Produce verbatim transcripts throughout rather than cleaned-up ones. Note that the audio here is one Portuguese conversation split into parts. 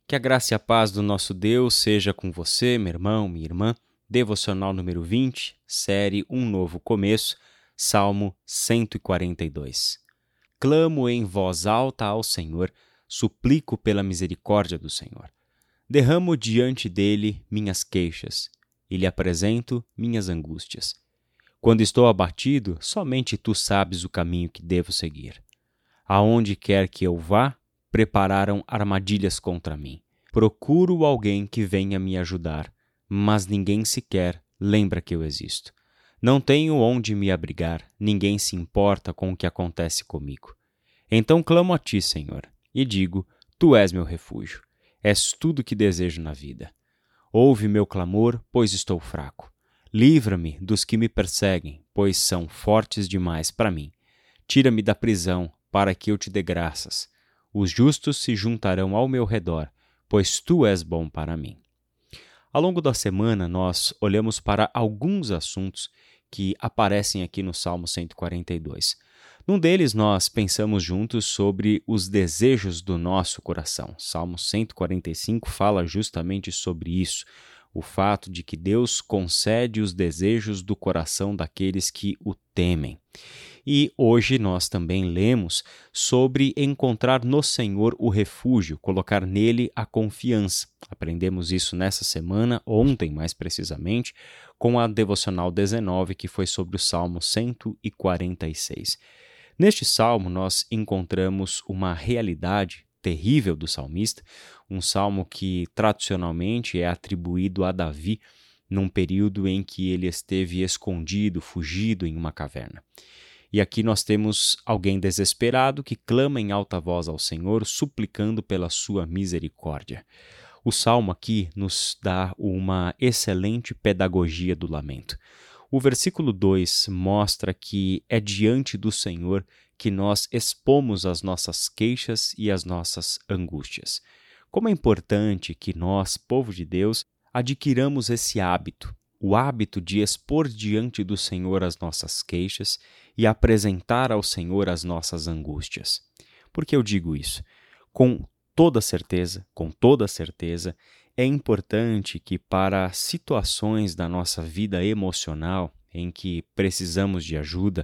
Que a graça e a paz do nosso Deus seja com você, meu irmão, minha irmã. Devocional número vinte, série Um Novo Começo, Salmo cento e quarenta e dois. Clamo em voz alta ao Senhor, suplico pela misericórdia do Senhor. Derramo diante dele minhas queixas e lhe apresento minhas angústias. Quando estou abatido, somente tu sabes o caminho que devo seguir. Aonde quer que eu vá, prepararam armadilhas contra mim. Procuro alguém que venha me ajudar, mas ninguém sequer lembra que eu existo. Não tenho onde me abrigar, ninguém se importa com o que acontece comigo. Então clamo a ti, Senhor, e digo, tu és meu refúgio. És tudo que desejo na vida. Ouve meu clamor, pois estou fraco. Livra-me dos que me perseguem, pois são fortes demais para mim. Tira-me da prisão, para que eu te dê graças. Os justos se juntarão ao meu redor, pois tu és bom para mim. Ao longo da semana, nós olhamos para alguns assuntos que aparecem aqui no Salmo cento e quarenta e dois. Num deles, nós pensamos juntos sobre os desejos do nosso coração. Salmo cento e quarenta e cinco fala justamente sobre isso, o fato de que Deus concede os desejos do coração daqueles que o temem. E hoje nós também lemos sobre encontrar no Senhor o refúgio, colocar nele a confiança. Aprendemos isso nessa semana, ontem mais precisamente, com a Devocional dezenove, que foi sobre o Salmo cento e quarenta e seis. Neste salmo nós encontramos uma realidade terrível do salmista, um salmo que tradicionalmente é atribuído a Davi, num período em que ele esteve escondido, fugido em uma caverna. E aqui nós temos alguém desesperado que clama em alta voz ao Senhor, suplicando pela sua misericórdia. O salmo aqui nos dá uma excelente pedagogia do lamento. O versículo dois mostra que é diante do Senhor que nós expomos as nossas queixas e as nossas angústias. Como é importante que nós, povo de Deus, adquiramos esse hábito, o hábito de expor diante do Senhor as nossas queixas e apresentar ao Senhor as nossas angústias. Por que eu digo isso? Com toda certeza, com toda certeza, é importante que para situações da nossa vida emocional em que precisamos de ajuda,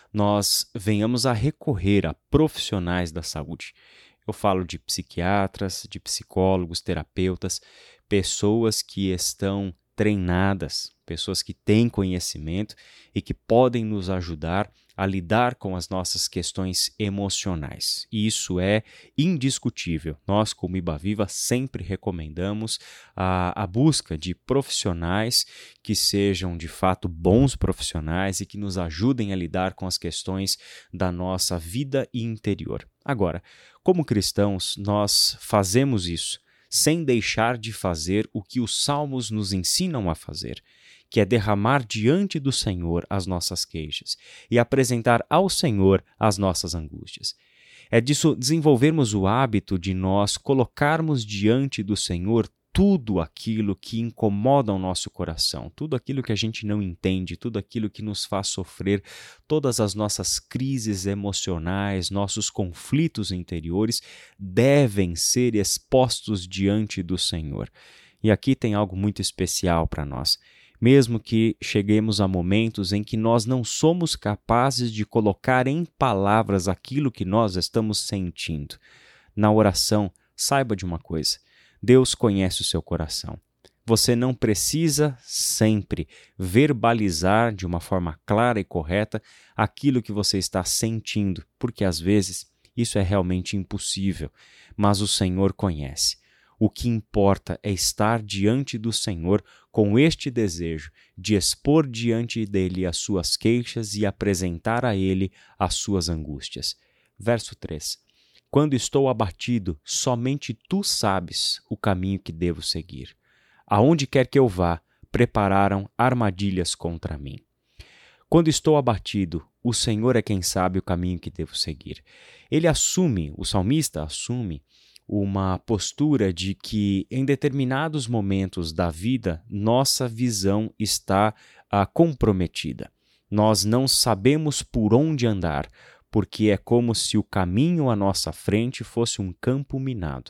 nós venhamos a recorrer a profissionais da saúde. Eu falo de psiquiatras, de psicólogos, terapeutas, pessoas que estão treinadas, pessoas que têm conhecimento e que podem nos ajudar a lidar com as nossas questões emocionais. E isso é indiscutível. Nós, como Ibaviva, sempre recomendamos a, a busca de profissionais que sejam, de fato, bons profissionais e que nos ajudem a lidar com as questões da nossa vida interior. Agora, como cristãos, nós fazemos isso sem deixar de fazer o que os salmos nos ensinam a fazer, que é derramar diante do Senhor as nossas queixas e apresentar ao Senhor as nossas angústias. É disso desenvolvermos o hábito de nós colocarmos diante do Senhor tudo aquilo que incomoda o nosso coração, tudo aquilo que a gente não entende, tudo aquilo que nos faz sofrer, todas as nossas crises emocionais, nossos conflitos interiores devem ser expostos diante do Senhor. E aqui tem algo muito especial para nós. Mesmo que cheguemos a momentos em que nós não somos capazes de colocar em palavras aquilo que nós estamos sentindo, na oração, saiba de uma coisa: Deus conhece o seu coração. Você não precisa sempre verbalizar de uma forma clara e correta aquilo que você está sentindo, porque às vezes isso é realmente impossível, mas o Senhor conhece. O que importa é estar diante do Senhor com este desejo de expor diante dele as suas queixas e apresentar a ele as suas angústias. Verso três. Quando estou abatido, somente tu sabes o caminho que devo seguir. Aonde quer que eu vá, prepararam armadilhas contra mim. Quando estou abatido, o Senhor é quem sabe o caminho que devo seguir. Ele assume, o salmista assume, uma postura de que em determinados momentos da vida, nossa visão está ah, comprometida. Nós não sabemos por onde andar, porque é como se o caminho à nossa frente fosse um campo minado.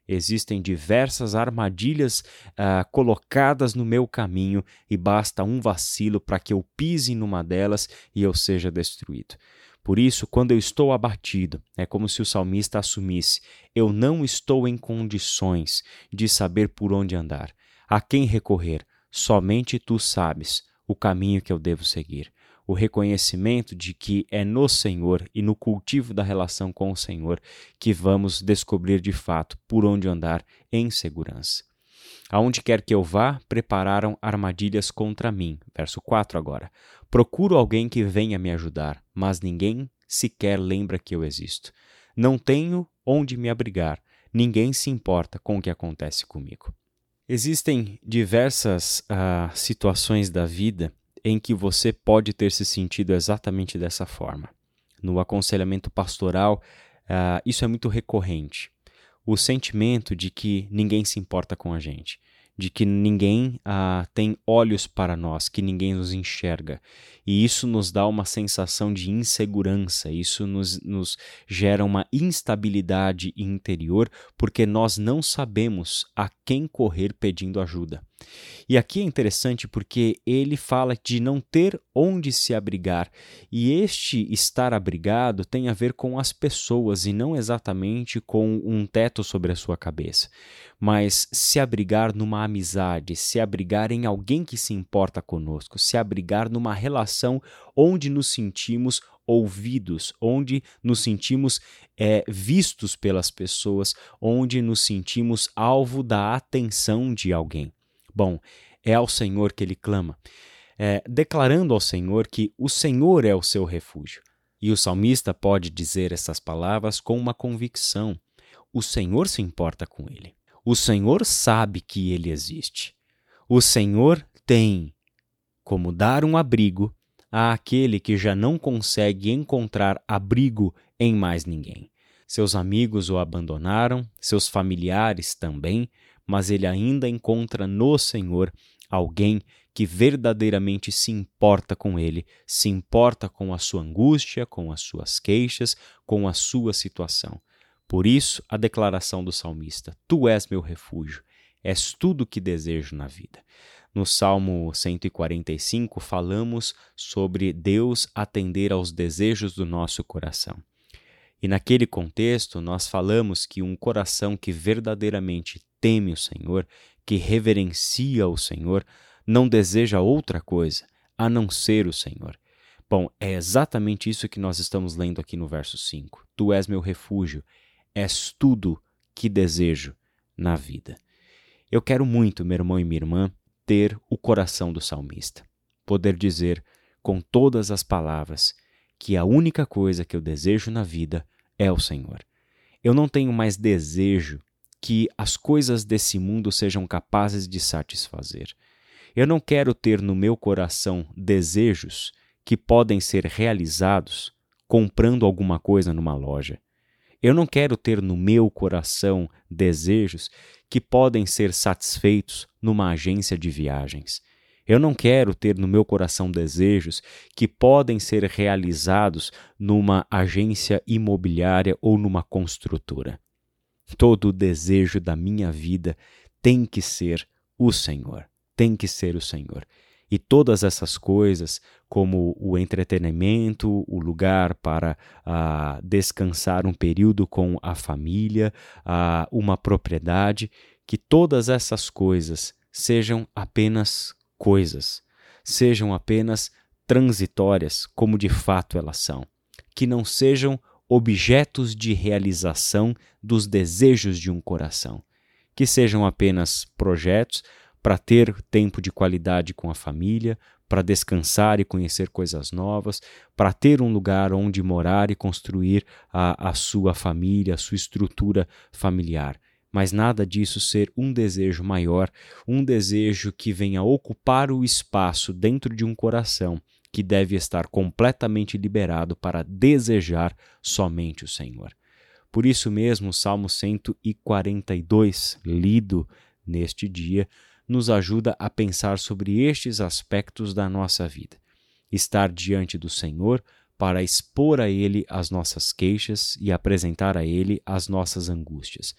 Existem diversas armadilhas ah, colocadas no meu caminho e basta um vacilo para que eu pise numa delas e eu seja destruído. Por isso, quando eu estou abatido, é como se o salmista assumisse: eu não estou em condições de saber por onde andar. A quem recorrer? Somente tu sabes o caminho que eu devo seguir. O reconhecimento de que é no Senhor e no cultivo da relação com o Senhor que vamos descobrir de fato por onde andar em segurança. Aonde quer que eu vá, prepararam armadilhas contra mim. Verso quatro agora. Procuro alguém que venha me ajudar, mas ninguém sequer lembra que eu existo. Não tenho onde me abrigar, ninguém se importa com o que acontece comigo. Existem diversas uh, situações da vida em que você pode ter se sentido exatamente dessa forma. No aconselhamento pastoral, uh, isso é muito recorrente. O sentimento de que ninguém se importa com a gente, de que ninguém uh, tem olhos para nós, que ninguém nos enxerga. E isso nos dá uma sensação de insegurança, isso nos, nos gera uma instabilidade interior, porque nós não sabemos a quem correr pedindo ajuda. E aqui é interessante porque ele fala de não ter onde se abrigar, e este estar abrigado tem a ver com as pessoas e não exatamente com um teto sobre a sua cabeça, mas se abrigar numa amizade, se abrigar em alguém que se importa conosco, se abrigar numa relação onde nos sentimos ouvidos, onde nos sentimos é, vistos pelas pessoas, onde nos sentimos alvo da atenção de alguém. Bom, é ao Senhor que ele clama, é, declarando ao Senhor que o Senhor é o seu refúgio. E o salmista pode dizer essas palavras com uma convicção. O Senhor se importa com ele. O Senhor sabe que ele existe. O Senhor tem como dar um abrigo àquele que já não consegue encontrar abrigo em mais ninguém. Seus amigos o abandonaram, seus familiares também, mas ele ainda encontra no Senhor alguém que verdadeiramente se importa com ele, se importa com a sua angústia, com as suas queixas, com a sua situação. Por isso, a declaração do salmista: Tu és meu refúgio, és tudo que desejo na vida. No Salmo cento e quarenta e cinco, falamos sobre Deus atender aos desejos do nosso coração. E naquele contexto, nós falamos que um coração que verdadeiramente teme o Senhor, que reverencia o Senhor, não deseja outra coisa a não ser o Senhor. Bom, é exatamente isso que nós estamos lendo aqui no verso cinco. Tu és meu refúgio, és tudo que desejo na vida. Eu quero muito, meu irmão e minha irmã, ter o coração do salmista. Poder dizer com todas as palavras que a única coisa que eu desejo na vida é o Senhor. Eu não tenho mais desejo que as coisas desse mundo sejam capazes de satisfazer. Eu não quero ter no meu coração desejos que podem ser realizados comprando alguma coisa numa loja. Eu não quero ter no meu coração desejos que podem ser satisfeitos numa agência de viagens. Eu não quero ter no meu coração desejos que podem ser realizados numa agência imobiliária ou numa construtora. Todo o desejo da minha vida tem que ser o Senhor, tem que ser o Senhor. E todas essas coisas, como o entretenimento, o lugar para ah, descansar um período com a família, ah, uma propriedade, que todas essas coisas sejam apenas coisas, sejam apenas transitórias, como de fato elas são, que não sejam objetos de realização dos desejos de um coração, que sejam apenas projetos para ter tempo de qualidade com a família, para descansar e conhecer coisas novas, para ter um lugar onde morar e construir a, a sua família, a sua estrutura familiar. Mas nada disso ser um desejo maior, um desejo que venha ocupar o espaço dentro de um coração que deve estar completamente liberado para desejar somente o Senhor. Por isso mesmo, o Salmo cento e quarenta e dois, lido neste dia, nos ajuda a pensar sobre estes aspectos da nossa vida. Estar diante do Senhor para expor a Ele as nossas queixas e apresentar a Ele as nossas angústias.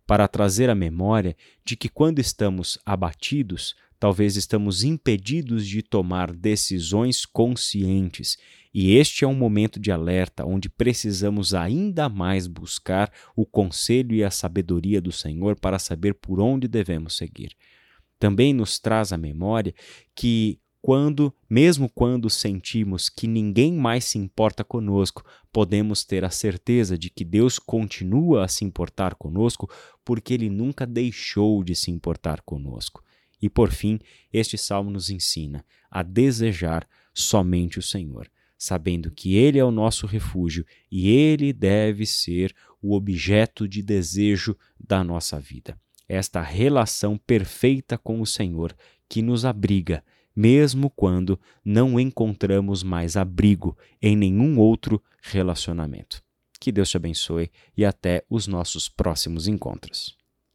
para trazer à memória de que quando estamos abatidos, talvez estamos impedidos de tomar decisões conscientes, e este é um momento de alerta onde precisamos ainda mais buscar o conselho e a sabedoria do Senhor para saber por onde devemos seguir. Também nos traz à memória que quando, mesmo quando sentimos que ninguém mais se importa conosco, podemos ter a certeza de que Deus continua a se importar conosco porque Ele nunca deixou de se importar conosco. E por fim, este salmo nos ensina a desejar somente o Senhor, sabendo que Ele é o nosso refúgio e Ele deve ser o objeto de desejo da nossa vida. Esta relação perfeita com o Senhor que nos abriga, mesmo quando não encontramos mais abrigo em nenhum outro relacionamento. Que Deus te abençoe e até os nossos próximos encontros.